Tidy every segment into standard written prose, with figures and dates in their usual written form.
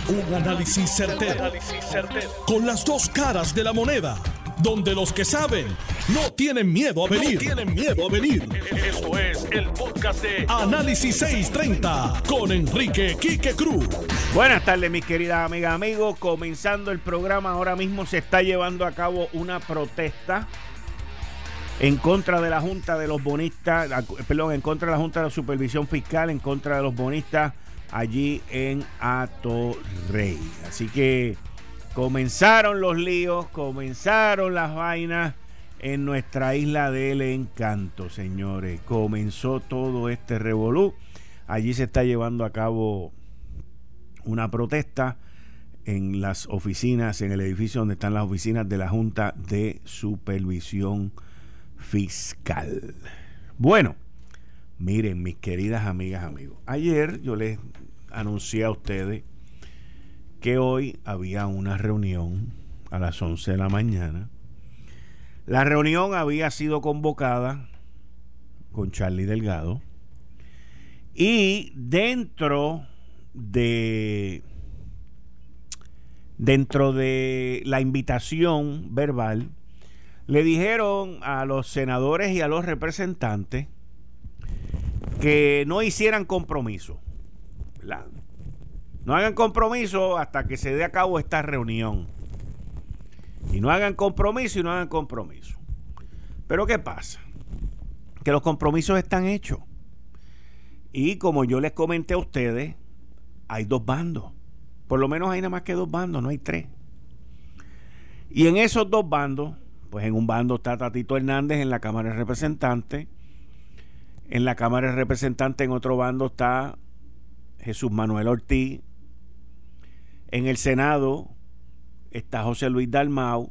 Un análisis certero, con las dos caras de la moneda, donde los que saben no tienen miedo a venir. Esto es el podcast de Análisis 630 con Enrique Quique Cruz. Buenas tardes, mis queridas amigas, amigos. Comenzando el programa, ahora mismo se está llevando a cabo una protesta en contra de la Junta de los Bonistas, en contra de la Junta de Supervisión Fiscal, en contra de los bonistas allí en Atorrey. Así que comenzaron los líos, comenzaron las vainas en nuestra isla del encanto, señores. Comenzó todo este revolú. Allí se está llevando a cabo una protesta en las oficinas, en el edificio donde están las oficinas de la Junta de Supervisión Fiscal. Bueno, miren, mis queridas amigas, amigos, ayer yo les anuncié a ustedes que hoy había una reunión a las 11 de la mañana. La reunión había sido convocada con Charlie Delgado y dentro de la invitación verbal le dijeron a los senadores y a los representantes que no hicieran compromiso, ¿verdad? No hagan compromiso hasta que se dé a cabo esta reunión. Y no hagan compromiso. Pero ¿qué pasa? Que los compromisos están hechos. Y como yo les comenté a ustedes, hay dos bandos. Por lo menos hay nada más que dos bandos, no hay tres. Y en esos dos bandos, pues en un bando está Tatito Hernández en la Cámara de Representantes. En la Cámara de Representantes, en otro bando, está Jesús Manuel Ortiz. En el Senado está José Luis Dalmau.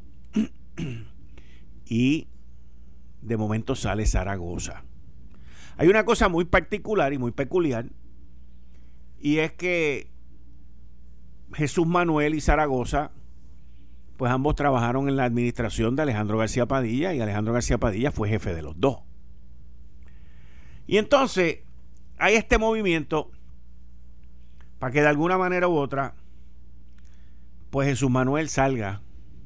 Y de momento sale Zaragoza. Hay una cosa muy particular y muy peculiar, y es que Jesús Manuel y Zaragoza, pues ambos trabajaron en la administración de Alejandro García Padilla, y Alejandro García Padilla fue jefe de los dos. Y entonces hay este movimiento para que de alguna manera u otra, pues Jesús Manuel salga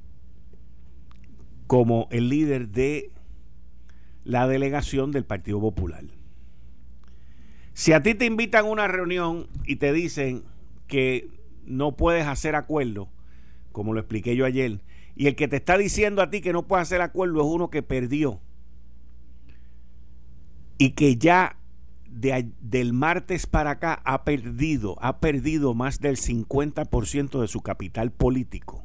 como el líder de la delegación del Partido Popular. Si a ti te invitan a una reunión y te dicen que no puedes hacer acuerdo, como lo expliqué yo ayer, y el que te está diciendo a ti que no puedes hacer acuerdo es uno que perdió y que ya del martes para acá ha perdido más del 50% de su capital político,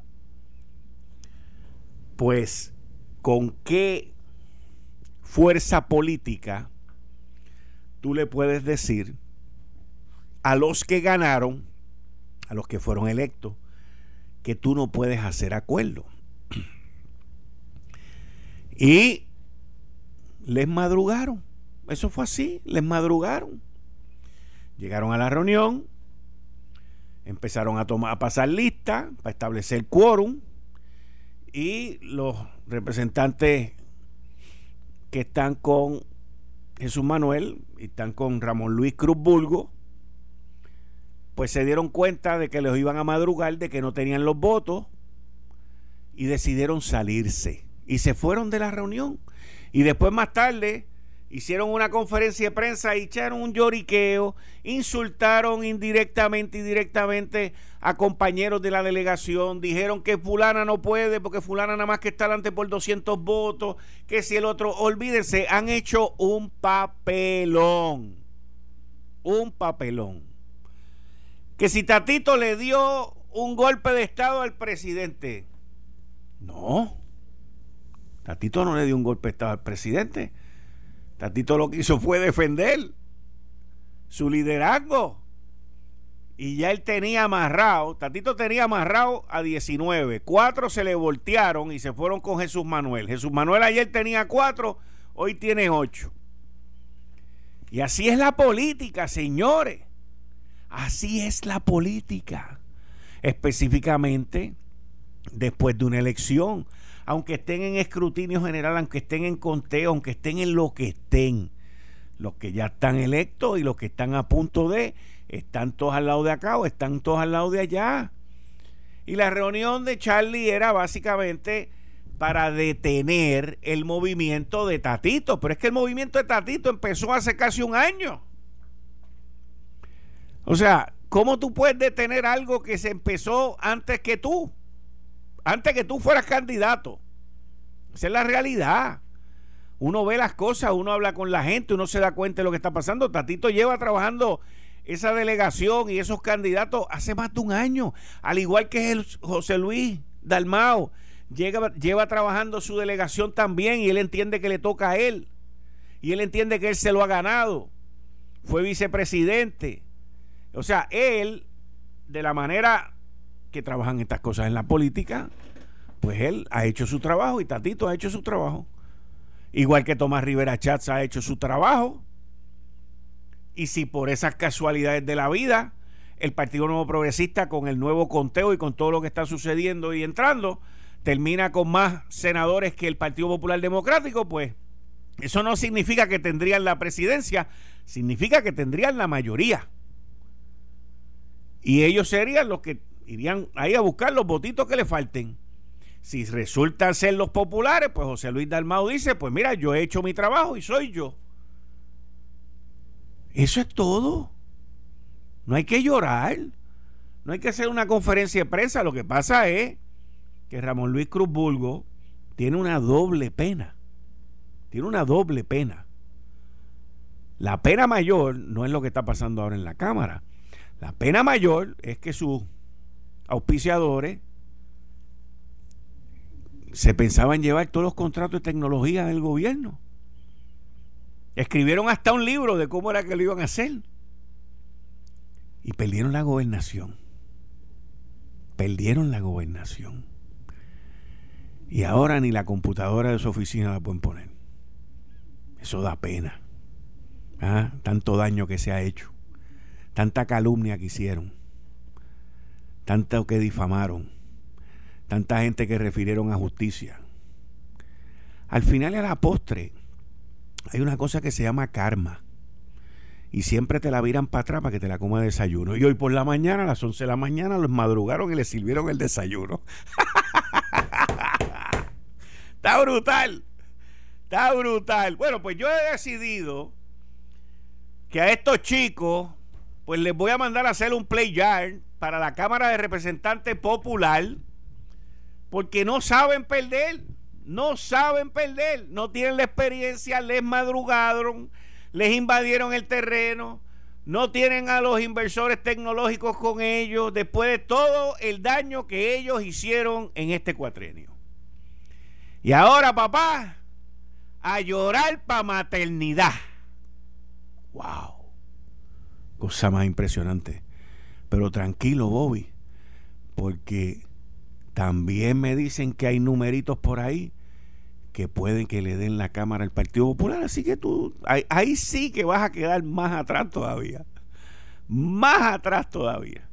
pues ¿con qué fuerza política tú le puedes decir a los que ganaron, a los que fueron electos, que tú no puedes hacer acuerdo? Y les madrugaron. Eso fue así, les madrugaron. Llegaron a la reunión, empezaron a pasar listas para establecer quórum, y los representantes que están con Jesús Manuel y están con Ramón Luis Cruz Burgos, pues se dieron cuenta de que los iban a madrugar, de que no tenían los votos, y decidieron salirse y se fueron de la reunión. Y después, más tarde, hicieron una conferencia de prensa y echaron un lloriqueo, insultaron indirectamente y directamente a compañeros de la delegación, dijeron que fulana no puede porque fulana nada más que está delante por 200 votos, que si el otro, olvídense, han hecho un papelón. Que si Tatito le dio un golpe de estado al presidente. No, Tatito no le dio un golpe de estado al presidente. Tatito lo que hizo fue defender su liderazgo. Y ya él tenía amarrado, Tatito tenía amarrado a 19. 4 se le voltearon y se fueron con Jesús Manuel. Jesús Manuel ayer tenía 4, hoy tiene 8. Y así es la política, señores. Así es la política. Específicamente después de una elección. Aunque estén en escrutinio general, aunque estén en conteo, aunque estén en lo que estén, los que ya están electos y los que están a punto de, están todos al lado de acá o están todos al lado de allá. Y la reunión de Charlie era básicamente para detener el movimiento de Tatito. Pero es que el movimiento de Tatito empezó hace casi un año. O sea, ¿cómo tú puedes detener algo que se empezó antes que tú? Antes que tú fueras candidato. Esa es la realidad. Uno ve las cosas, uno habla con la gente, uno se da cuenta de lo que está pasando. Tatito lleva trabajando esa delegación y esos candidatos hace más de un año. Al igual que el José Luis Dalmau, lleva trabajando su delegación también, y él entiende que le toca a él. Y él entiende que él se lo ha ganado. Fue vicepresidente. O sea, él, de la manera que trabajan estas cosas en la política, pues él ha hecho su trabajo y Tatito ha hecho su trabajo. Igual que Tomás Rivera Chats ha hecho su trabajo. Y si por esas casualidades de la vida el Partido Nuevo Progresista, con el nuevo conteo y con todo lo que está sucediendo y entrando, termina con más senadores que el Partido Popular Democrático, pues eso no significa que tendrían la presidencia, significa que tendrían la mayoría. Y ellos serían los que irían ahí a buscar los votitos que le falten. Si resultan ser los populares, pues José Luis Dalmau dice, pues mira, yo he hecho mi trabajo y soy yo. Eso es todo. No hay que llorar, no hay que hacer una conferencia de prensa. Lo que pasa es que Ramón Luis Cruz Bulgo tiene una doble pena. Tiene una doble pena. La pena mayor no es lo que está pasando ahora en la Cámara. La pena mayor es que sus auspiciadores se pensaban llevar todos los contratos de tecnología del gobierno. Escribieron hasta un libro de cómo era que lo iban a hacer. Y perdieron la gobernación. Perdieron la gobernación. Y ahora ni la computadora de su oficina la pueden poner. Eso da pena. Tanto daño que se ha hecho. Tanta calumnia que hicieron. Tanto que difamaron. Tanta gente que refirieron a justicia. Al final y a la postre hay una cosa que se llama karma. Y siempre te la viran para atrás para que te la coma de desayuno. Y hoy por la mañana, a las 11 de la mañana, los madrugaron y les sirvieron el desayuno. Está brutal. Está brutal. Bueno, pues yo he decidido que a estos chicos, pues les voy a mandar a hacer un play yard para la Cámara de Representantes Popular, porque no saben perder. No saben perder. No tienen la experiencia, les madrugaron, les invadieron el terreno, no tienen a los inversores tecnológicos con ellos, después de todo el daño que ellos hicieron en este cuatrienio. Y ahora, papá, a llorar para maternidad. ¡Wow! Cosa más impresionante. Pero tranquilo, Bobby, porque también me dicen que hay numeritos por ahí que pueden que le den la Cámara al Partido Popular, así que tú, ahí sí que vas a quedar más atrás todavía. Más atrás todavía.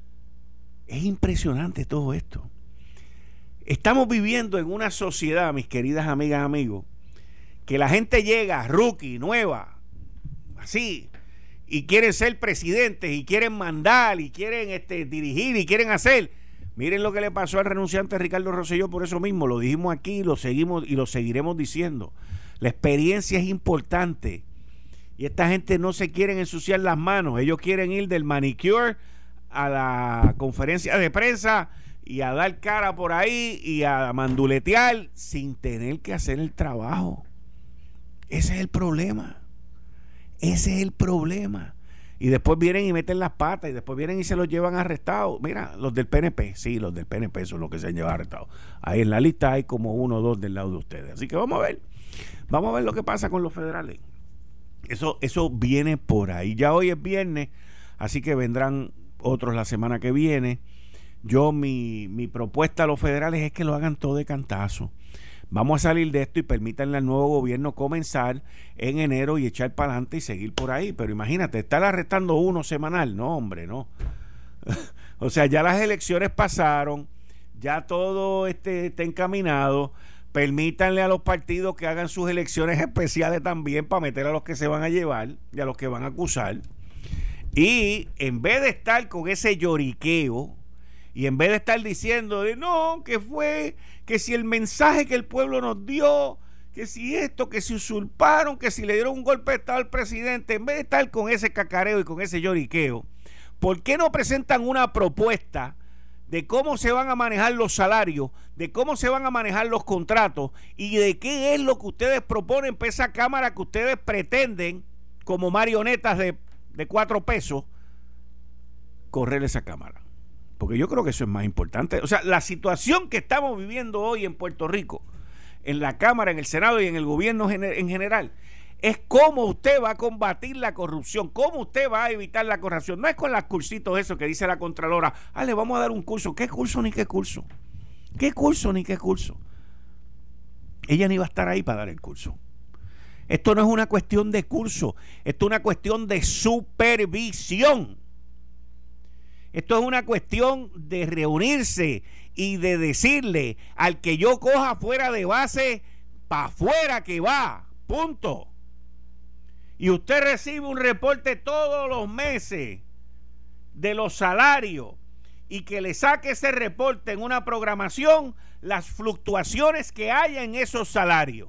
Es impresionante todo esto. Estamos viviendo en una sociedad, mis queridas amigas, amigos, que la gente llega, rookie, nueva, así, y quieren ser presidentes, y quieren mandar, y quieren dirigir, y quieren hacer. Miren lo que le pasó al renunciante Ricardo Rosselló por eso mismo. Lo dijimos aquí, lo seguimos y lo seguiremos diciendo. La experiencia es importante. Y esta gente no se quieren ensuciar las manos. Ellos quieren ir del manicure a la conferencia de prensa y a dar cara por ahí y a manduletear sin tener que hacer el trabajo. Ese es el problema. Ese es el problema. Y después vienen y meten las patas y después vienen y se los llevan arrestados. Mira, los del PNP, sí, los del PNP son los que se han llevado arrestados. Ahí en la lista hay como 1 o 2 del lado de ustedes. Así que vamos a ver lo que pasa con los federales. Eso viene por ahí. Ya hoy es viernes, así que vendrán otros la semana que viene. Mi propuesta a los federales es que lo hagan todo de cantazo. Vamos a salir de esto y permítanle al nuevo gobierno comenzar en enero y echar para adelante y seguir por ahí. Pero imagínate, estar arrestando uno semanal. No, hombre, no. O sea, ya las elecciones pasaron, ya todo está encaminado. Permítanle a los partidos que hagan sus elecciones especiales también para meter a los que se van a llevar y a los que van a acusar. Y en vez de estar con ese lloriqueo Y en vez de estar diciendo no, que fue, que si el mensaje que el pueblo nos dio, que si esto, que si usurparon, que si le dieron un golpe de estado al presidente, en vez de estar con ese cacareo y con ese lloriqueo, ¿por qué no presentan una propuesta de cómo se van a manejar los salarios, de cómo se van a manejar los contratos y de qué es lo que ustedes proponen para esa Cámara que ustedes pretenden, como marionetas de 4 pesos, correr esa Cámara? Porque yo creo que eso es más importante. O sea, la situación que estamos viviendo hoy en Puerto Rico, en la Cámara, en el Senado y en el gobierno en general, es cómo usted va a combatir la corrupción, cómo usted va a evitar la corrupción. No es con los cursitos eso que dice la Contralora, le vamos a dar un curso. ¿Qué curso ni qué curso? ¿Qué curso ni qué curso? Ella ni va a estar ahí para dar el curso. Esto no es una cuestión de curso, esto es una cuestión de supervisión. Esto es una cuestión de reunirse y de decirle al que yo coja fuera de base, para afuera que va, punto. Y usted recibe un reporte todos los meses de los salarios y que le saque ese reporte en una programación las fluctuaciones que haya en esos salarios.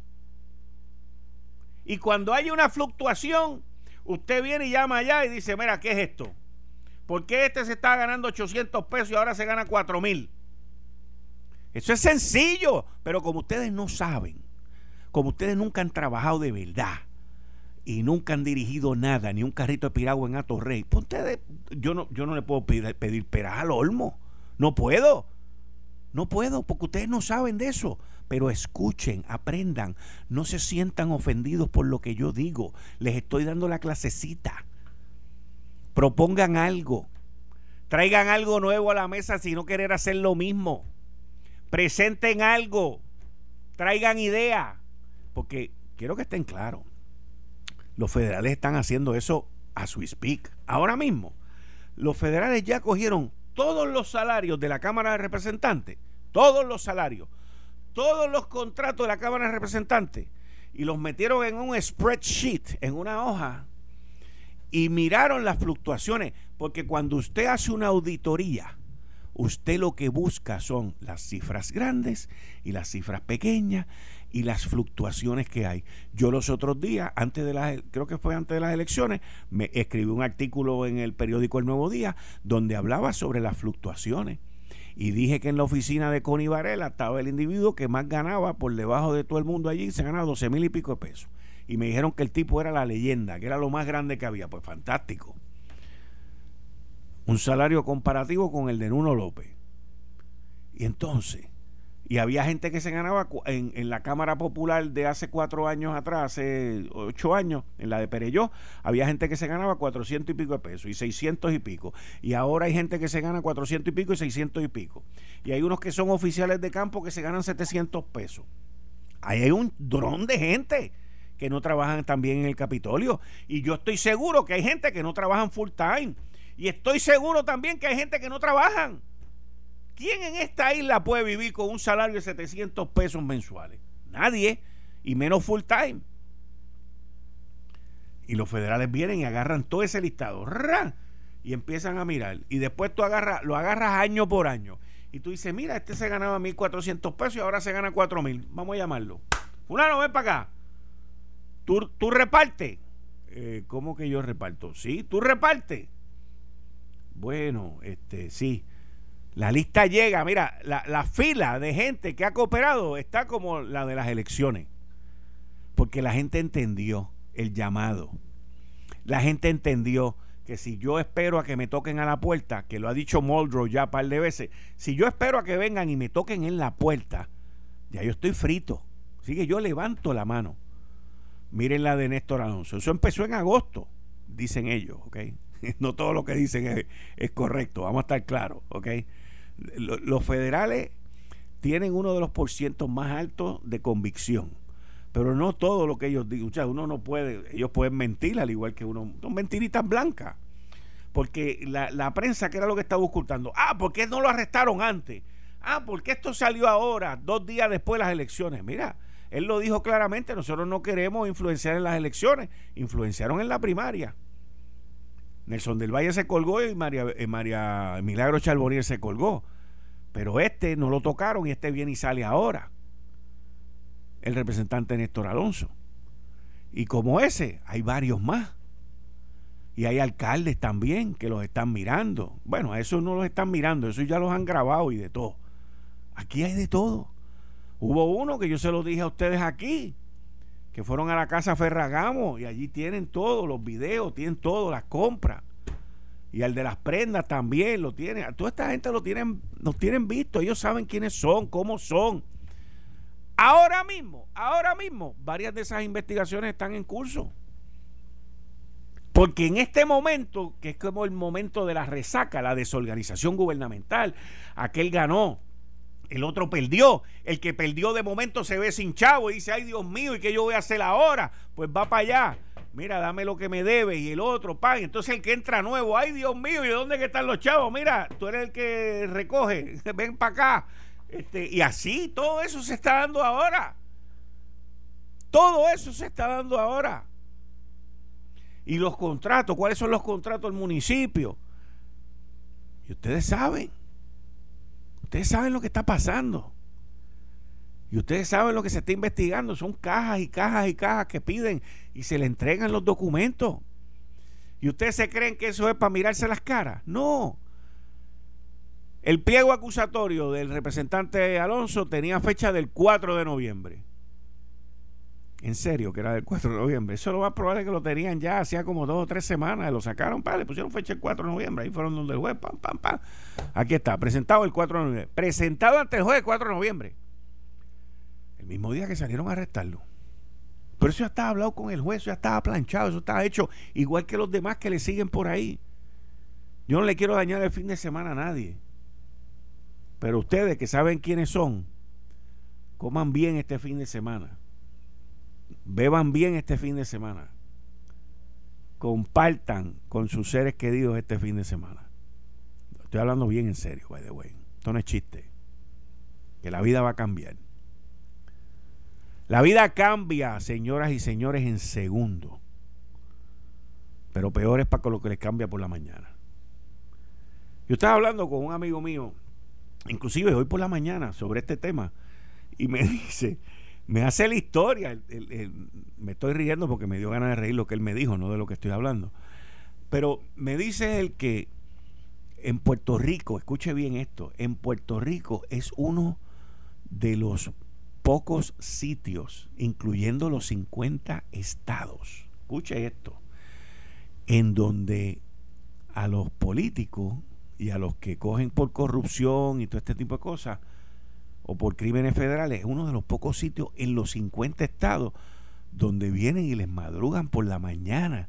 Y cuando hay una fluctuación, usted viene y llama allá y dice, mira, ¿qué es esto? ¿Por qué este se está ganando 800 pesos y ahora se gana 4,000? Eso es sencillo, pero como ustedes no saben, como ustedes nunca han trabajado de verdad y nunca han dirigido nada, ni un carrito de piragua en Atorrey, pues ustedes, yo no le puedo pedir peras al olmo. No puedo, porque ustedes no saben de eso. Pero escuchen, aprendan, no se sientan ofendidos por lo que yo digo. Les estoy dando la clasecita. Propongan algo, traigan algo nuevo a la mesa si no querer hacer lo mismo. Presenten algo, traigan ideas, porque quiero que estén claros, los federales están haciendo eso as we speak. Ahora mismo, los federales ya cogieron todos los salarios de la Cámara de Representantes, todos los salarios, todos los contratos de la Cámara de Representantes, y los metieron en un spreadsheet, en una hoja, y miraron las fluctuaciones, porque cuando usted hace una auditoría, usted lo que busca son las cifras grandes y las cifras pequeñas y las fluctuaciones que hay. Yo los otros días, creo que fue antes de las elecciones, me escribí un artículo en el periódico El Nuevo Día donde hablaba sobre las fluctuaciones. Y dije que en la oficina de Connie Varela estaba el individuo que más ganaba por debajo de todo el mundo allí, se ganaba 12,000 y pico de pesos. Y me dijeron que el tipo era la leyenda, que era lo más grande que había. Pues fantástico. Un salario comparativo con el de Nuno López. Y entonces, y había gente que se ganaba en la Cámara Popular de hace 4 años atrás, hace 8 años, en la de Perelló, había gente que se ganaba 400 y pico de pesos y 600 y pico. Y ahora hay gente que se gana 400 y pico y 600 y pico. Y hay unos que son oficiales de campo que se ganan 700 pesos. Ahí hay un dron de gente que no trabajan también en el Capitolio. Y yo estoy seguro que hay gente que no trabajan full time. Y estoy seguro también que hay gente que no trabajan. ¿Quién en esta isla puede vivir con un salario de 700 pesos mensuales? Nadie, y menos full time. Y los federales vienen y agarran todo ese listado, ¡ran!, y empiezan a mirar. Y después tú lo agarras año por año. Y tú dices, mira, este se ganaba 1,400 pesos y ahora se gana 4,000. Vamos a llamarlo. Fulano, ven para acá. ¿Tú repartes? ¿Cómo que yo reparto? Sí, tú repartes. Bueno, sí. La lista llega, mira, la fila de gente que ha cooperado está como la de las elecciones. Porque la gente entendió el llamado. La gente entendió que si yo espero a que me toquen a la puerta, que lo ha dicho Muldrow ya un par de veces, si yo espero a que vengan y me toquen en la puerta, ya yo estoy frito. Así que yo levanto la mano. Miren la de Néstor Alonso. Eso empezó en agosto, dicen ellos, ¿ok? No todo lo que dicen es correcto, vamos a estar claros, ¿ok? Los federales tienen uno de los porcientos más altos de convicción, pero no todo lo que ellos digan. O sea, uno no puede, ellos pueden mentir al igual que uno, son mentiritas blancas, porque la prensa, ¿qué era lo que estaba ocultando? ¿Por qué no lo arrestaron antes? ¿Por qué esto salió ahora, 2 días después de las elecciones? Mira, él lo dijo claramente, nosotros no queremos influenciar en las elecciones, influenciaron en la primaria. Nelson del Valle se colgó y María Milagro Charbonnier se colgó. Pero no lo tocaron y viene y sale ahora. El representante Néstor Alonso. Y como ese, hay varios más. Y hay alcaldes también que los están mirando. Bueno, a esos no los están mirando, esos ya los han grabado y de todo. Aquí hay de todo. Hubo uno que yo se lo dije a ustedes aquí, que fueron a la casa Ferragamo y allí tienen todo, los videos, tienen todo, las compras. Y el de las prendas también lo tienen. Toda esta gente los tienen visto, ellos saben quiénes son, cómo son. Ahora mismo, varias de esas investigaciones están en curso. Porque en este momento, que es como el momento de la resaca, la desorganización gubernamental, aquel ganó, el otro perdió, el que perdió de momento se ve sin chavo y dice, ay Dios mío, ¿y qué yo voy a hacer ahora? Pues va para allá, mira, dame lo que me debe, y el otro, entonces el que entra nuevo, ay Dios mío, ¿y dónde que están los chavos? Mira, tú eres el que recoge, ven para acá. Y así, todo eso se está dando ahora. Todo eso se está dando ahora. Y los contratos, ¿cuáles son los contratos del municipio? Y ustedes saben lo que está pasando. Y ustedes saben lo que se está investigando. Son cajas y cajas y cajas que piden y se le entregan los documentos. ¿Y ustedes se creen que eso es para mirarse las caras? No. El pliego acusatorio del representante Alonso tenía fecha del 4 de noviembre. En serio, que era del 4 de noviembre. Eso lo más probable es que lo tenían ya hacía como 2 o 3 semanas. Lo sacaron, le pusieron fecha el 4 de noviembre. Ahí fueron donde el juez, pam. Aquí está, presentado el 4 de noviembre. Presentado ante el juez el 4 de noviembre. El mismo día que salieron a arrestarlo. Pero eso ya estaba hablado con el juez, eso ya estaba planchado, eso estaba hecho igual que los demás que le siguen por ahí. Yo no le quiero dañar el fin de semana a nadie. Pero ustedes que saben quiénes son, coman bien este fin de semana. Beban bien este fin de semana. Compartan con sus seres queridos este fin de semana. Estoy hablando bien en serio, by the way. Esto no es chiste. Que la vida va a cambiar. La vida cambia, señoras y señores, en segundos. Pero peor es para lo que les cambia por la mañana. Yo estaba hablando con un amigo mío, inclusive hoy por la mañana, sobre este tema, y me dice, me hace la historia, me estoy riendo porque me dio ganas de reír lo que él me dijo, no de lo que estoy hablando, pero me dice él que en Puerto Rico, escuche bien esto, en Puerto Rico es uno de los pocos sitios, incluyendo los 50 estados, escuche esto, en donde a los políticos y a los que cogen por corrupción y todo este tipo de cosas o por crímenes federales, es uno de los pocos sitios en los 50 estados donde vienen y les madrugan por la mañana.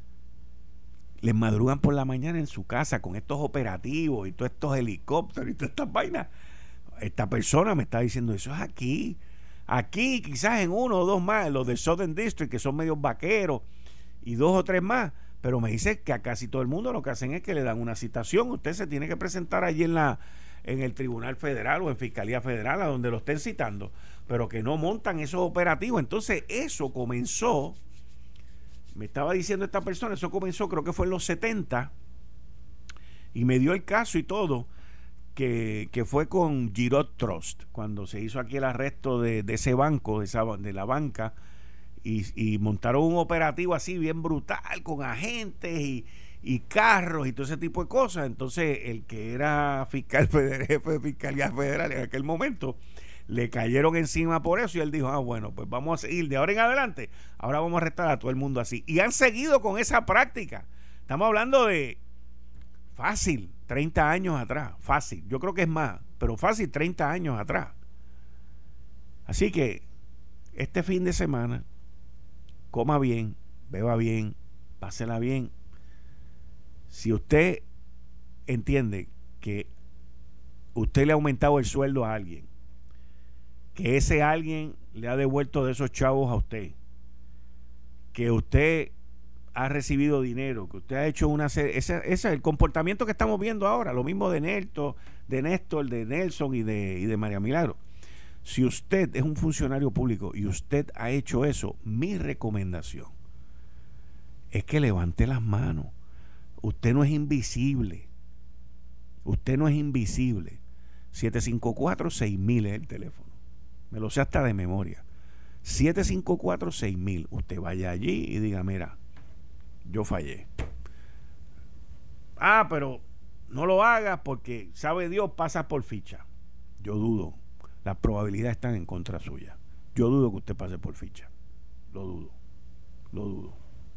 Les madrugan por la mañana en su casa con estos operativos y todos estos helicópteros y todas estas vainas. Esta persona me está diciendo, eso es aquí quizás en 1 o 2 más, los de Southern District, que son medios vaqueros, y 2 o 3 más, pero me dice que a casi todo el mundo lo que hacen es que le dan una citación. Usted se tiene que presentar allí en el Tribunal Federal o en Fiscalía Federal, a donde lo estén citando, pero que no montan esos operativos. Entonces eso comenzó, me estaba diciendo esta persona, eso comenzó creo que fue en los 70, y me dio el caso y todo, que fue con Girot Trust, cuando se hizo aquí el arresto de ese banco, de la banca, y montaron un operativo así bien brutal con agentes y carros y todo ese tipo de cosas. Entonces el que era fiscal federal, jefe de Fiscalía Federal en aquel momento, le cayeron encima por eso y él dijo, bueno, pues vamos a seguir de ahora en adelante, ahora vamos a arrestar a todo el mundo así. Y han seguido con esa práctica. Estamos hablando de fácil 30 años atrás, fácil, yo creo que es más, pero fácil 30 años atrás. Así que este fin de semana coma bien, beba bien, pásela bien. Si usted entiende que usted le ha aumentado el sueldo a alguien, que ese alguien le ha devuelto de esos chavos a usted, que usted ha recibido dinero, que usted ha hecho ese es el comportamiento que estamos viendo ahora, lo mismo de Néstor, de Nelson y de María Milagro. Si usted es un funcionario público y usted ha hecho eso, mi recomendación es que levante las manos. Usted no es invisible. Usted no es invisible. 754-6000 es el teléfono. Me lo sé hasta de memoria. 754-6000. Usted vaya allí y diga, mira, yo fallé. Pero no lo hagas porque, sabe Dios, pasas por ficha. Yo dudo. Las probabilidades están en contra suya. Yo dudo que usted pase por ficha. Lo dudo.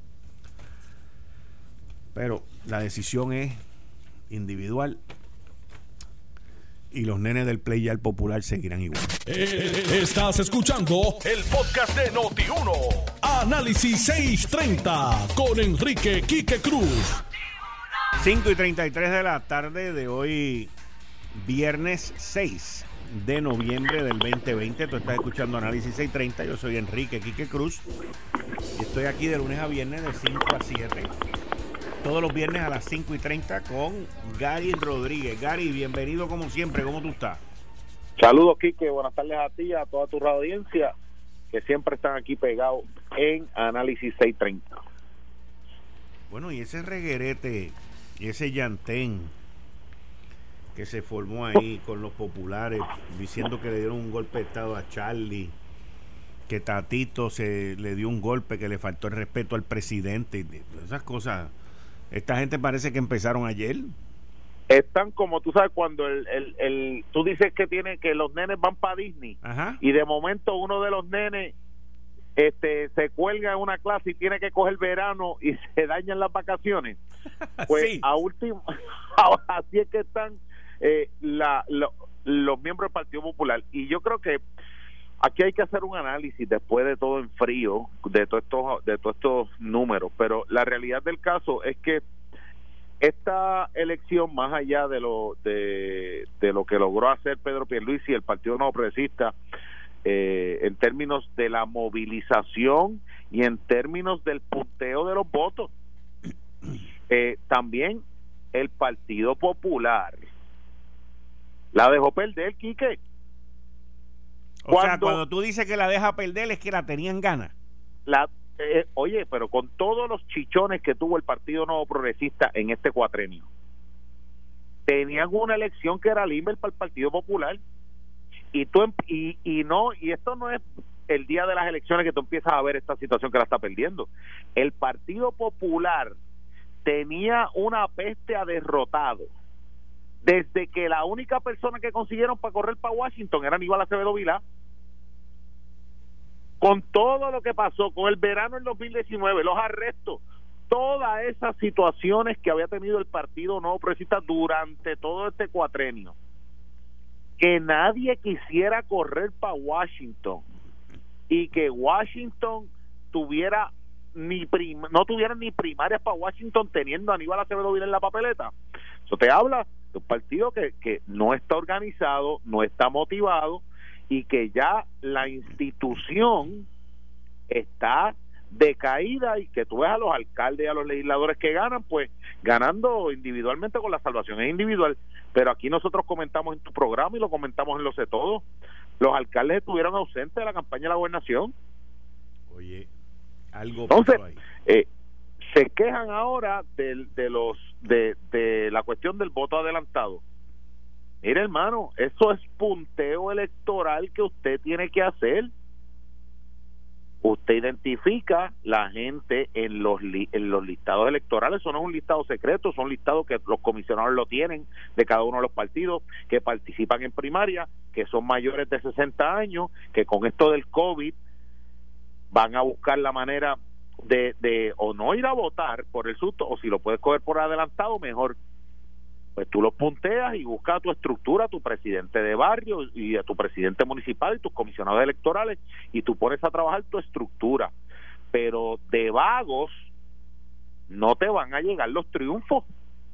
Pero la decisión es individual y los nenes del Play Ya el Popular seguirán igual. Estás escuchando el podcast de Noti1. Análisis 630 con Enrique Quique Cruz. 5:33 de la tarde de hoy, viernes 6 de noviembre del 2020. Tú estás escuchando Análisis 630. Yo soy Enrique Quique Cruz y estoy aquí de lunes a viernes de 5 a 7. Todos los viernes a las 5:30 con Gary Rodríguez. Gary, bienvenido como siempre. ¿Cómo tú estás? Saludos, Quique. Buenas tardes a ti y a toda tu audiencia que siempre están aquí pegados en Análisis 630. Bueno, y ese reguerete y ese llantén que se formó ahí con los populares diciendo que le dieron un golpe de estado a Charlie, que Tatito se le dio un golpe, que le faltó el respeto al presidente, esas cosas. Esta gente parece que empezaron ayer. Están como tú sabes cuando tú dices que los nenes van para Disney. Ajá. Y de momento uno de los nenes se cuelga en una clase y tiene que coger verano y se dañan las vacaciones. Pues sí. Así es que están los miembros del Partido Popular. Y yo creo que aquí hay que hacer un análisis después de todo en frío, de todos estos números, pero la realidad del caso es que esta elección, más allá de lo que logró hacer Pedro Pierluisi y el Partido Nuevo Progresista, en términos de la movilización y en términos del punteo de los votos, también el Partido Popular la dejó perder, Quique. Sea, cuando tú dices que la deja perder es que la tenían ganas. Oye, pero con todos los chichones que tuvo el Partido Nuevo Progresista en este cuatrenio, tenían una elección que era libre para el Partido Popular y esto no es el día de las elecciones que tú empiezas a ver esta situación que la está perdiendo. El Partido Popular tenía una peste a derrotado desde que la única persona que consiguieron para correr para Washington era Aníbal Acevedo Vilá. Con todo lo que pasó, con el verano en 2019, los arrestos, todas esas situaciones que había tenido el Partido Nuevo Progresista durante todo este cuatrenio, que nadie quisiera correr para Washington y que Washington no tuviera ni primarias para Washington teniendo a Aníbal Acevedo Vilá en la papeleta. Eso te habla de un partido que no está organizado, no está motivado y que ya la institución está decaída y que tú ves a los alcaldes y a los legisladores que ganan, pues ganando individualmente con la salvación es individual. Pero aquí nosotros comentamos en tu programa y lo comentamos en Lo Sé Todo, los alcaldes estuvieron ausentes de la campaña de la gobernación. Oye, algo entonces pasó ahí. Se quejan ahora de la cuestión del voto adelantado. Mire, hermano, eso es punteo electoral que usted tiene que hacer. Usted identifica la gente en los listados electorales. Eso no es un listado secreto, son listados que los comisionados lo tienen de cada uno de los partidos que participan en primaria, que son mayores de 60 años, que con esto del COVID van a buscar la manera de o no ir a votar por el susto, o si lo puedes coger por adelantado, mejor. Pues tú los punteas y buscas a tu estructura, a tu presidente de barrio y a tu presidente municipal y tus comisionados electorales, y tú pones a trabajar tu estructura. Pero de vagos no te van a llegar los triunfos.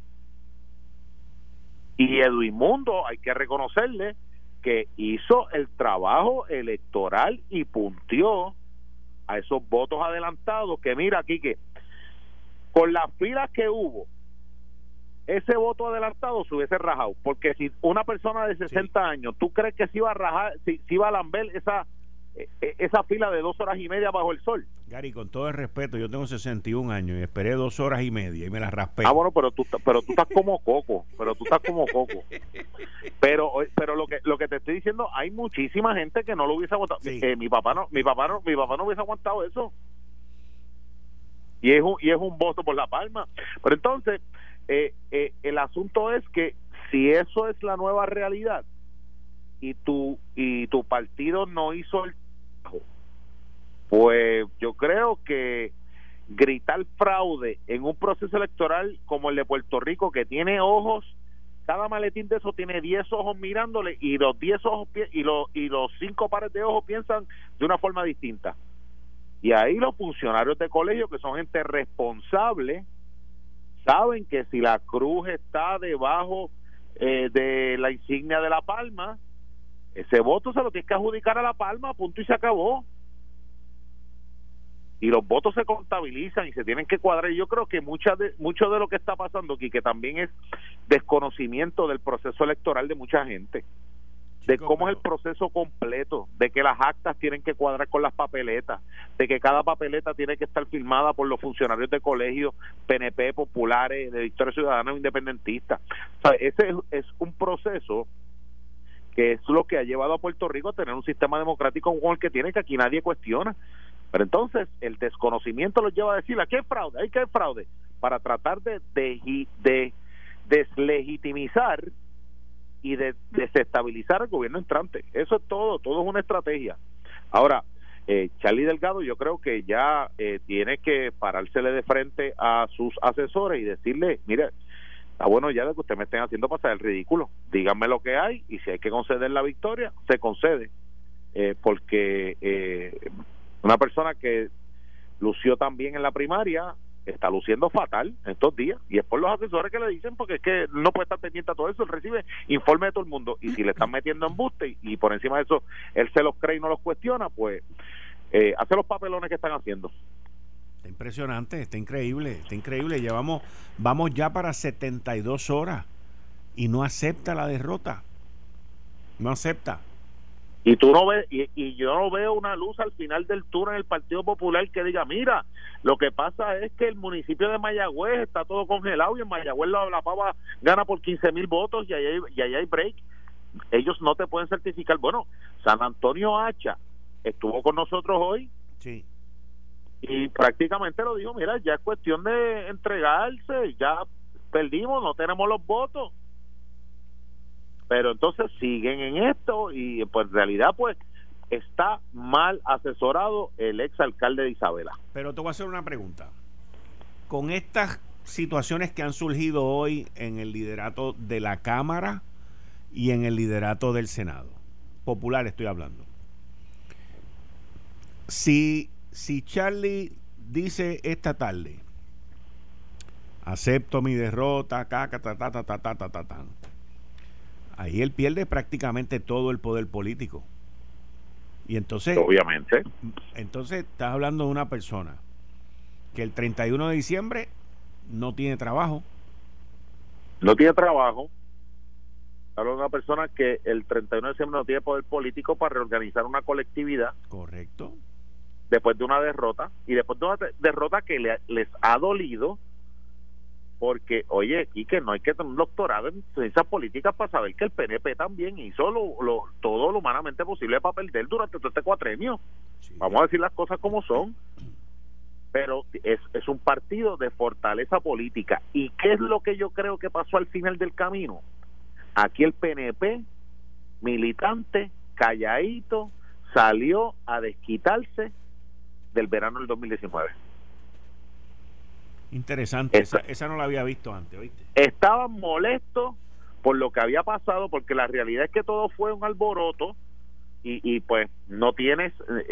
Y Edwin Mundo, hay que reconocerle que hizo el trabajo electoral y punteó a esos votos adelantados, que mira, Quique, con las filas que hubo, ese voto adelantado se hubiese rajado, porque si una persona de 60 años, ¿tú crees que se iba a rajar, si iba a lamber esa fila de 2 horas y media bajo el sol? Gary, con todo el respeto, yo tengo 61 años y esperé 2 horas y media y me las raspé. Bueno, pero tú estás como coco, Pero lo que te estoy diciendo, hay muchísima gente que no lo hubiese aguantado. Sí. Mi papá no hubiese aguantado eso. Y es un voto por La Palma. Pero entonces, el asunto es que si eso es la nueva realidad y tu partido no hizo el trabajo, pues yo creo que gritar fraude en un proceso electoral como el de Puerto Rico, que tiene ojos, cada maletín de eso tiene 10 ojos mirándole, y los 10 ojos y los 5 pares de ojos piensan de una forma distinta. Y ahí los funcionarios de colegio, que son gente responsable, saben que si la cruz está debajo de la insignia de La Palma, ese voto se lo tiene que adjudicar a La Palma, punto y se acabó. Y los votos se contabilizan y se tienen que cuadrar. Y yo creo que mucho de lo que está pasando aquí, que también es desconocimiento del proceso electoral de mucha gente, de cómo es el proceso completo, de que las actas tienen que cuadrar con las papeletas, de que cada papeleta tiene que estar firmada por los funcionarios de colegios, PNP, populares, de Victoria Ciudadana o independentistas. O sea, ese es un proceso que es lo que ha llevado a Puerto Rico a tener un sistema democrático como el que tiene, que aquí nadie cuestiona. Pero entonces el desconocimiento los lleva a decir, aquí hay fraude, para tratar de deslegitimizar y de desestabilizar al gobierno entrante. Eso es todo es una estrategia. Ahora, Charlie Delgado, yo creo que ya tiene que parársele de frente a sus asesores y decirle, mire, está bueno ya de que ustedes me estén haciendo pasar el ridículo, díganme lo que hay, y si hay que conceder la victoria, se concede, porque una persona que lució tan bien en la primaria está luciendo fatal estos días, y es por los asesores que le dicen, porque es que no puede estar pendiente a todo eso. Él recibe informe de todo el mundo, y si le están metiendo embuste y por encima de eso él se los cree y no los cuestiona, pues hace los papelones que están haciendo. Está impresionante, está increíble. Vamos ya para 72 horas y no acepta la derrota. No acepta. Y tú no ves, y yo no veo una luz al final del túnel en el Partido Popular que diga, mira, lo que pasa es que el municipio de Mayagüez está todo congelado, y en Mayagüez la Pava gana por 15,000 votos y ahí hay break. Ellos no te pueden certificar. Bueno, San Antonio Hacha estuvo con nosotros hoy. Sí. Y prácticamente lo dijo, mira, ya es cuestión de entregarse, ya perdimos, no tenemos los votos. Pero entonces siguen en esto, y pues en realidad pues está mal asesorado el ex alcalde de Isabela. Pero te voy a hacer una pregunta. Con estas situaciones que han surgido hoy en el liderato de la Cámara y en el liderato del Senado, popular estoy hablando, si Charlie dice esta tarde, acepto mi derrota, ahí él pierde prácticamente todo el poder político. Y entonces, obviamente, estás hablando de una persona que el 31 de diciembre no tiene trabajo. Hablo de una persona que el 31 de diciembre no tiene poder político para reorganizar una colectividad. Correcto. Después de una derrota, y después de una derrota que les ha dolido, porque, oye, Quique, no hay que tener un doctorado en ciencias políticas para saber que el PNP también hizo todo lo humanamente posible para perder durante todo este cuatrenio. Sí. Vamos a decir las cosas como son. Pero es un partido de fortaleza política. ¿Y qué es lo que yo creo que pasó al final del camino? Aquí el PNP, militante, calladito, salió a desquitarse del verano del 2019. Interesante, esa no la había visto antes, ¿oíste? Estaban molestos por lo que había pasado, porque la realidad es que todo fue un alboroto, y pues no tienes,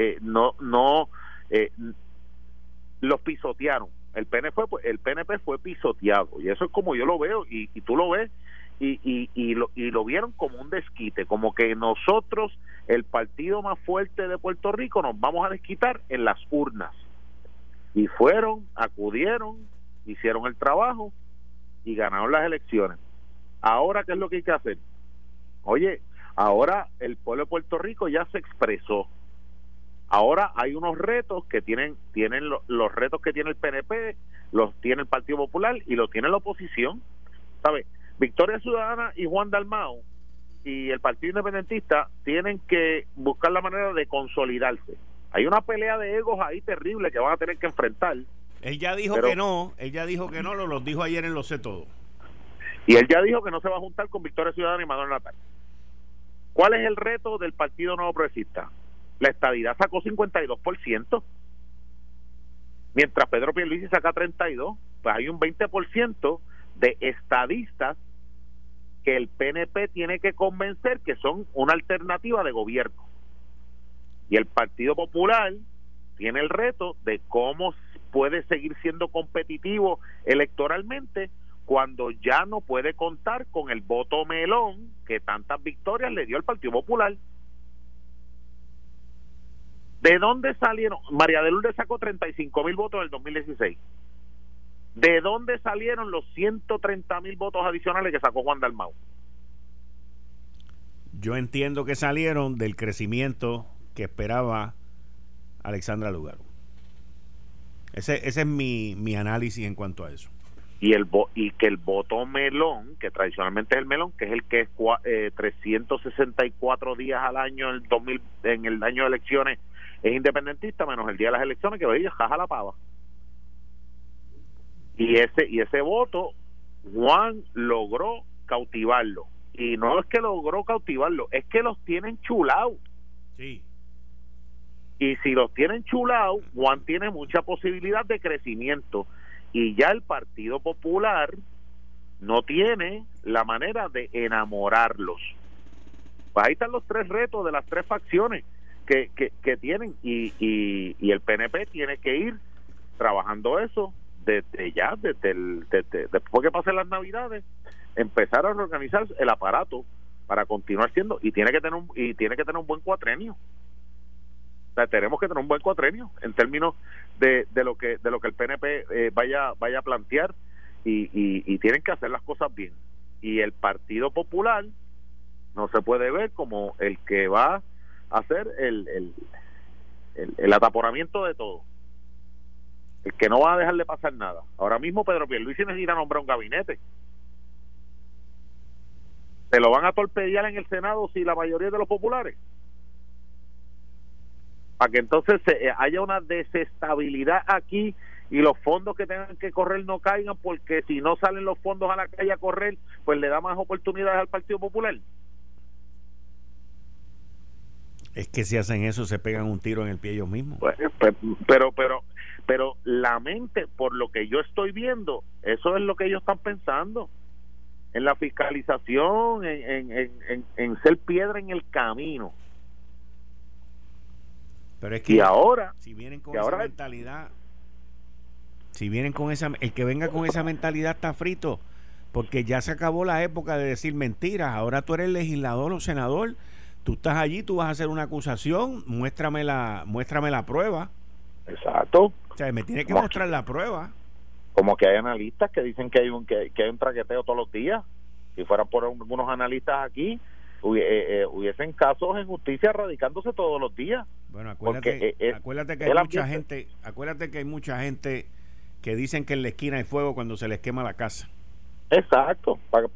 los pisotearon. El PNP fue pisoteado, y eso es como yo lo veo, y tú lo ves, y lo vieron como un desquite, como que nosotros, el partido más fuerte de Puerto Rico, nos vamos a desquitar en las urnas. Y fueron, acudieron, hicieron el trabajo y ganaron las elecciones. Ahora, ¿qué es lo que hay que hacer? Oye, ahora el pueblo de Puerto Rico ya se expresó. Ahora hay unos retos que tienen los retos que tiene el PNP, los tiene el Partido Popular y los tiene la oposición. ¿Sabes? Victoria Ciudadana y Juan Dalmau y el Partido Independentista tienen que buscar la manera de consolidarse. Hay una pelea de egos ahí terrible que van a tener que enfrentar. Él ya dijo que no, lo dijo ayer en Lo Sé Todo. Y él ya dijo que no se va a juntar con Victoria Ciudadana y Manuel Natal. ¿Cuál es el reto del Partido Nuevo Progresista? La estadidad sacó 52%, mientras Pedro Pierluisi saca 32%, pues hay un 20% de estadistas que el PNP tiene que convencer que son una alternativa de gobierno. Y el Partido Popular tiene el reto de cómo puede seguir siendo competitivo electoralmente cuando ya no puede contar con el voto melón que tantas victorias le dio el Partido Popular. ¿De dónde salieron? María de Lourdes sacó 35,000 votos en el 2016. ¿De dónde salieron los 130,000 votos adicionales que sacó Juan Dalmau? Yo entiendo que salieron del crecimiento que esperaba Alexandra Lúgaro. Ese es mi análisis en cuanto a eso. Y que el voto melón, que tradicionalmente es el melón, que es el que es 364 días al año en el año de elecciones, es independentista, menos el día de las elecciones, que veía jaja la pava. Y ese voto Juan logró cautivarlo, y no es que logró cautivarlo, es que los tienen chulados. Sí. Y si los tienen chulados, Juan tiene mucha posibilidad de crecimiento, y ya el Partido Popular no tiene la manera de enamorarlos. Pues ahí están los tres retos de las tres facciones que tienen, y el PNP tiene que ir trabajando eso desde después que pasen las Navidades, empezar a reorganizar el aparato para continuar siendo, y tiene que tener un buen cuatrenio. O sea, tenemos que tener un buen cuatrenio en términos de lo que el PNP vaya a plantear, y tienen que hacer las cosas bien. Y el Partido Popular no se puede ver como el que va a hacer el ataporamiento de todo, el que no va a dejar de pasar nada. Ahora mismo Pedro Pierluisi necesita nombrar un gabinete. ¿Se lo van a torpedear en el Senado si la mayoría de los populares? Para que entonces haya una desestabilidad aquí y los fondos que tengan que correr no caigan, porque si no salen los fondos a la calle a correr, pues le da más oportunidades al Partido Popular. Es que si hacen eso se pegan un tiro en el pie ellos mismos. Pues, pero la mente, por lo que yo estoy viendo, eso es lo que ellos están pensando, en la fiscalización, en ser piedra en el camino. Pero es que y ahora, si vienen con esa mentalidad, el que venga con esa mentalidad está frito, porque ya se acabó la época de decir mentiras. Ahora tú eres legislador o senador, tú estás allí, tú vas a hacer una acusación, muéstrame la prueba. Exacto. O sea, me tiene que mostrar la prueba. Como que hay analistas que dicen que hay un traqueteo todos los días. Si fueran por algunos analistas aquí, hubiesen casos en justicia radicándose todos los días. Bueno, acuérdate que hay mucha gente que dicen que en la esquina hay fuego cuando se les quema la casa. Exacto, para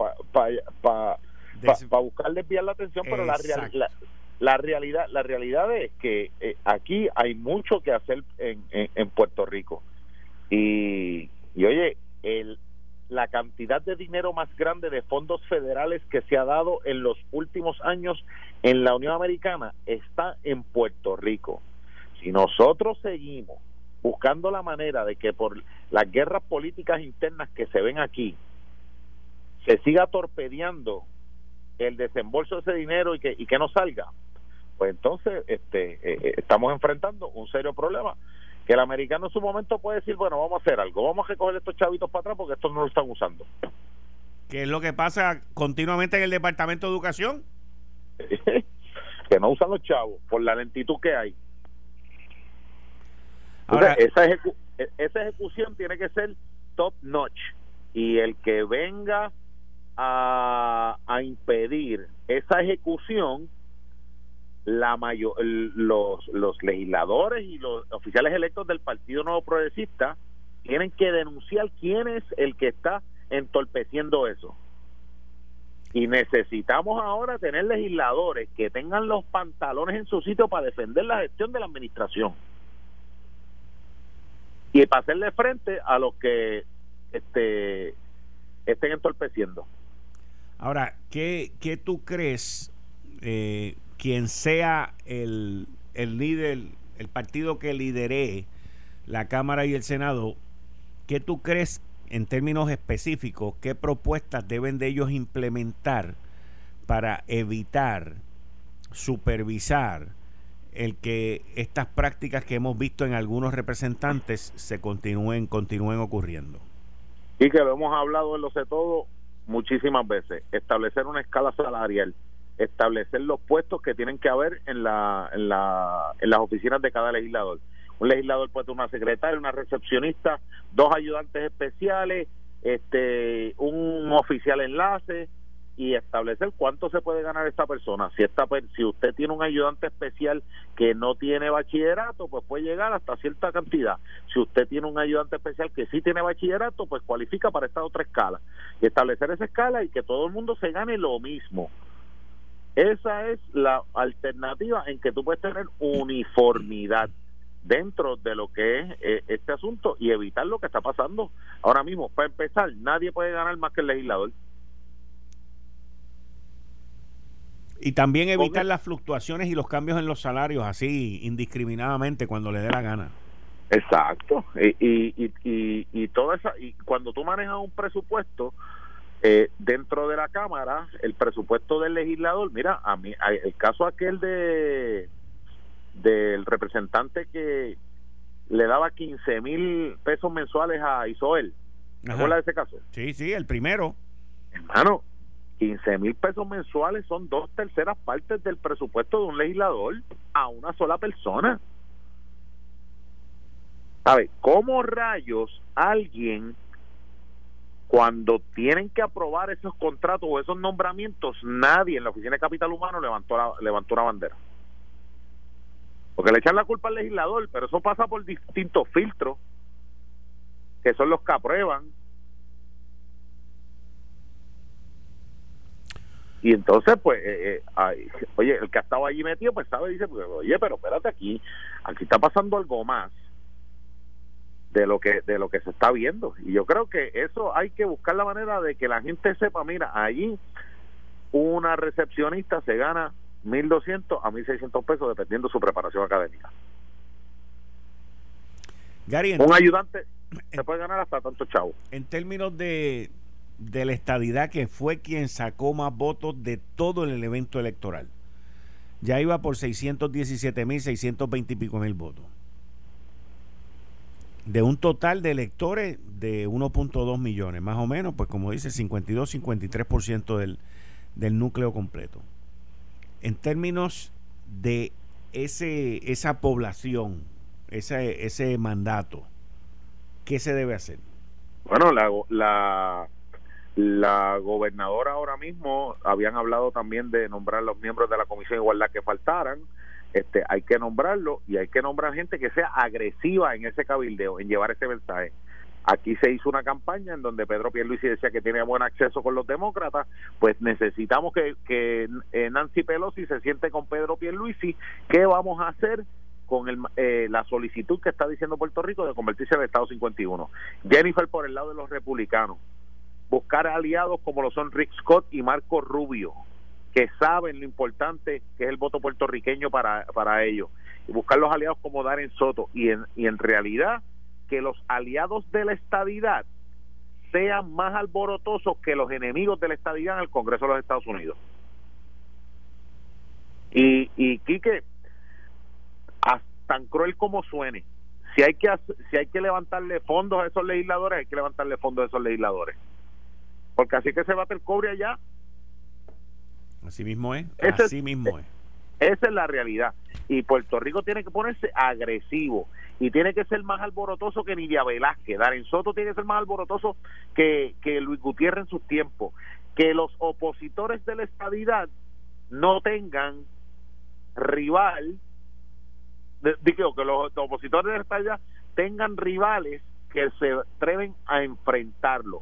buscar desviar la atención, pero la realidad es que aquí hay mucho que hacer en Puerto Rico, y oye, la cantidad de dinero más grande de fondos federales que se ha dado en los últimos años en la Unión Americana está en Puerto Rico. Si nosotros seguimos buscando la manera de que por las guerras políticas internas que se ven aquí se siga torpedeando el desembolso de ese dinero y que no salga, pues entonces estamos enfrentando un serio problema, que el americano en su momento puede decir, bueno, vamos a hacer algo, vamos a recoger estos chavitos para atrás porque estos no lo están usando. ¿Qué es lo que pasa continuamente en el Departamento de Educación? Que no usan los chavos por la lentitud que hay. Ahora, esa ejecución tiene que ser top notch, y el que venga a impedir esa ejecución, los legisladores y los oficiales electos del Partido Nuevo Progresista tienen que denunciar quién es el que está entorpeciendo eso. Y necesitamos ahora tener legisladores que tengan los pantalones en su sitio para defender la gestión de la administración y para hacerle frente a los que estén entorpeciendo. Ahora, ¿qué tú crees, quien sea el líder, el partido que lidere la Cámara y el Senado, qué tú crees en términos específicos, qué propuestas deben de ellos implementar para evitar, supervisar el que estas prácticas que hemos visto en algunos representantes se continúen ocurriendo? Y que lo hemos hablado en Lo Sé Todo muchísimas veces: establecer una escala salarial, establecer los puestos que tienen que haber en las oficinas de cada legislador. Un legislador puede tener una secretaria, una recepcionista, 2 ayudantes especiales, un oficial enlace, y establecer cuánto se puede ganar esta persona. Si usted tiene un ayudante especial que no tiene bachillerato, pues puede llegar hasta cierta cantidad. Si usted tiene un ayudante especial que sí tiene bachillerato, pues cualifica para esta otra escala. Y establecer esa escala y que todo el mundo se gane lo mismo. Esa es la alternativa en que tú puedes tener uniformidad dentro de lo que es este asunto y evitar lo que está pasando ahora mismo. Para empezar, nadie puede ganar más que el legislador. Y también evitar las fluctuaciones y los cambios en los salarios así indiscriminadamente cuando le dé la gana. Exacto. Y toda esa, y cuando tú manejas un presupuesto dentro de la Cámara, el presupuesto del legislador, mira, a mí el caso aquel del representante que le daba 15,000 pesos mensuales a Isoel. ¿Te acuerdas de ese caso? Sí, el primero. Hermano, 15,000 pesos mensuales son 2/3 partes del presupuesto de un legislador a una sola persona. ¿Sabe? ¿Cómo rayos alguien, cuando tienen que aprobar esos contratos o esos nombramientos, nadie en la Oficina de Capital Humano levantó una bandera? Porque le echan la culpa al legislador, pero eso pasa por distintos filtros, que son los que aprueban. Y entonces, pues, oye, el que ha estado allí metido, pues sabe, dice, pues, oye, pero espérate, aquí está pasando algo más de lo que se está viendo. Y yo creo que eso hay que buscar la manera de que la gente sepa, mira, allí una recepcionista se gana 1,200 a 1,600 pesos dependiendo de su preparación académica. Gary, un ayudante se puede ganar hasta tanto chavo. En términos de la estadidad, que fue quien sacó más votos de todo el evento electoral, ya iba por 617,620 y pico mil votos, de un total de electores de 1.2 millones, más o menos, pues como dice, 52-53% del núcleo completo. En términos de esa población, ese mandato, ¿qué se debe hacer? Bueno, la gobernadora ahora mismo, habían hablado también de nombrar los miembros de la Comisión de Igualdad que faltaran. Hay que nombrarlo, y hay que nombrar gente que sea agresiva en ese cabildeo, en llevar ese mensaje. Aquí se hizo una campaña en donde Pedro Pierluisi decía que tenía buen acceso con los demócratas. Pues necesitamos que Nancy Pelosi se siente con Pedro Pierluisi. ¿Qué vamos a hacer con la solicitud que está diciendo Puerto Rico de convertirse en el Estado 51? Jennifer, por el lado de los republicanos, buscar aliados como lo son Rick Scott y Marco Rubio, que saben lo importante que es el voto puertorriqueño para ellos, y buscar los aliados como Darren Soto, y en realidad que los aliados de la estadidad sean más alborotosos que los enemigos de la estadidad en el Congreso de los Estados Unidos. Y Quique, tan cruel como suene, si hay que levantarle fondos a esos legisladores, hay que levantarle fondos a esos legisladores, porque así que se bate el cobre allá. Así mismo es. Esa es la realidad. Y Puerto Rico tiene que ponerse agresivo, y tiene que ser más alborotoso que Nidia Velázquez. Darren Soto tiene que ser más alborotoso que Luis Gutiérrez en sus tiempos. Que los opositores de la estadidad no tengan rival, digo, que los opositores de la estadidad tengan rivales que se atreven a enfrentarlo.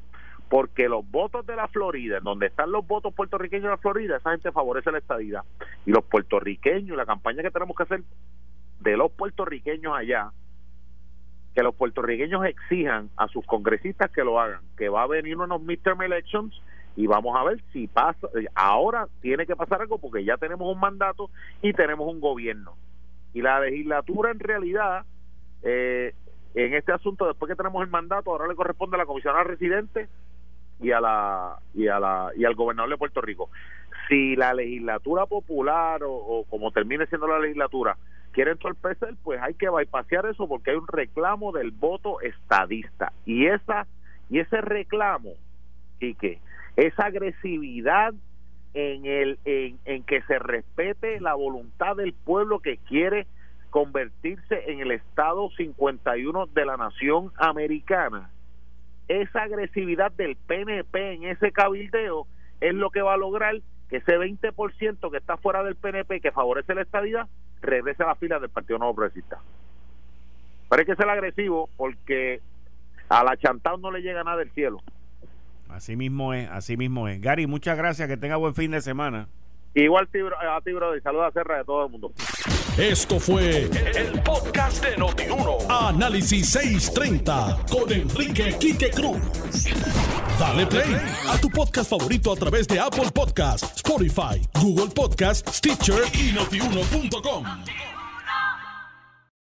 porque los votos de la Florida, en donde están los votos puertorriqueños de la Florida, esa gente favorece la estadidad. Y los puertorriqueños, la campaña que tenemos que hacer de los puertorriqueños allá, que los puertorriqueños exijan a sus congresistas que lo hagan, que va a venir unos midterm elections y vamos a ver si pasa. Ahora tiene que pasar algo porque ya tenemos un mandato y tenemos un gobierno. Y la legislatura en realidad, en este asunto, después que tenemos el mandato, ahora le corresponde a la comisionada residente y al gobernador de Puerto Rico. Si la legislatura popular o como termine siendo la legislatura quiere entorpecer, pues hay que bypassear eso porque hay un reclamo del voto estadista y ese reclamo, Quique, esa agresividad en que se respete la voluntad del pueblo que quiere convertirse en el estado 51 de la nación americana, esa agresividad del PNP en ese cabildeo es lo que va a lograr que ese 20% que está fuera del PNP que favorece la estadidad regrese a las filas del Partido Nuevo Progresista. Pero hay que ser agresivo porque a la chantada no le llega nada del cielo. Así mismo es. Gary, muchas gracias, que tenga buen fin de semana. Igual a ti, brother, y saludos a Serra de todo el mundo. Esto fue el podcast de Noti1. Análisis 630 con Enrique Quique Cruz. Dale play a tu podcast favorito a través de Apple Podcasts, Spotify, Google Podcasts, Stitcher y Notiuno.com.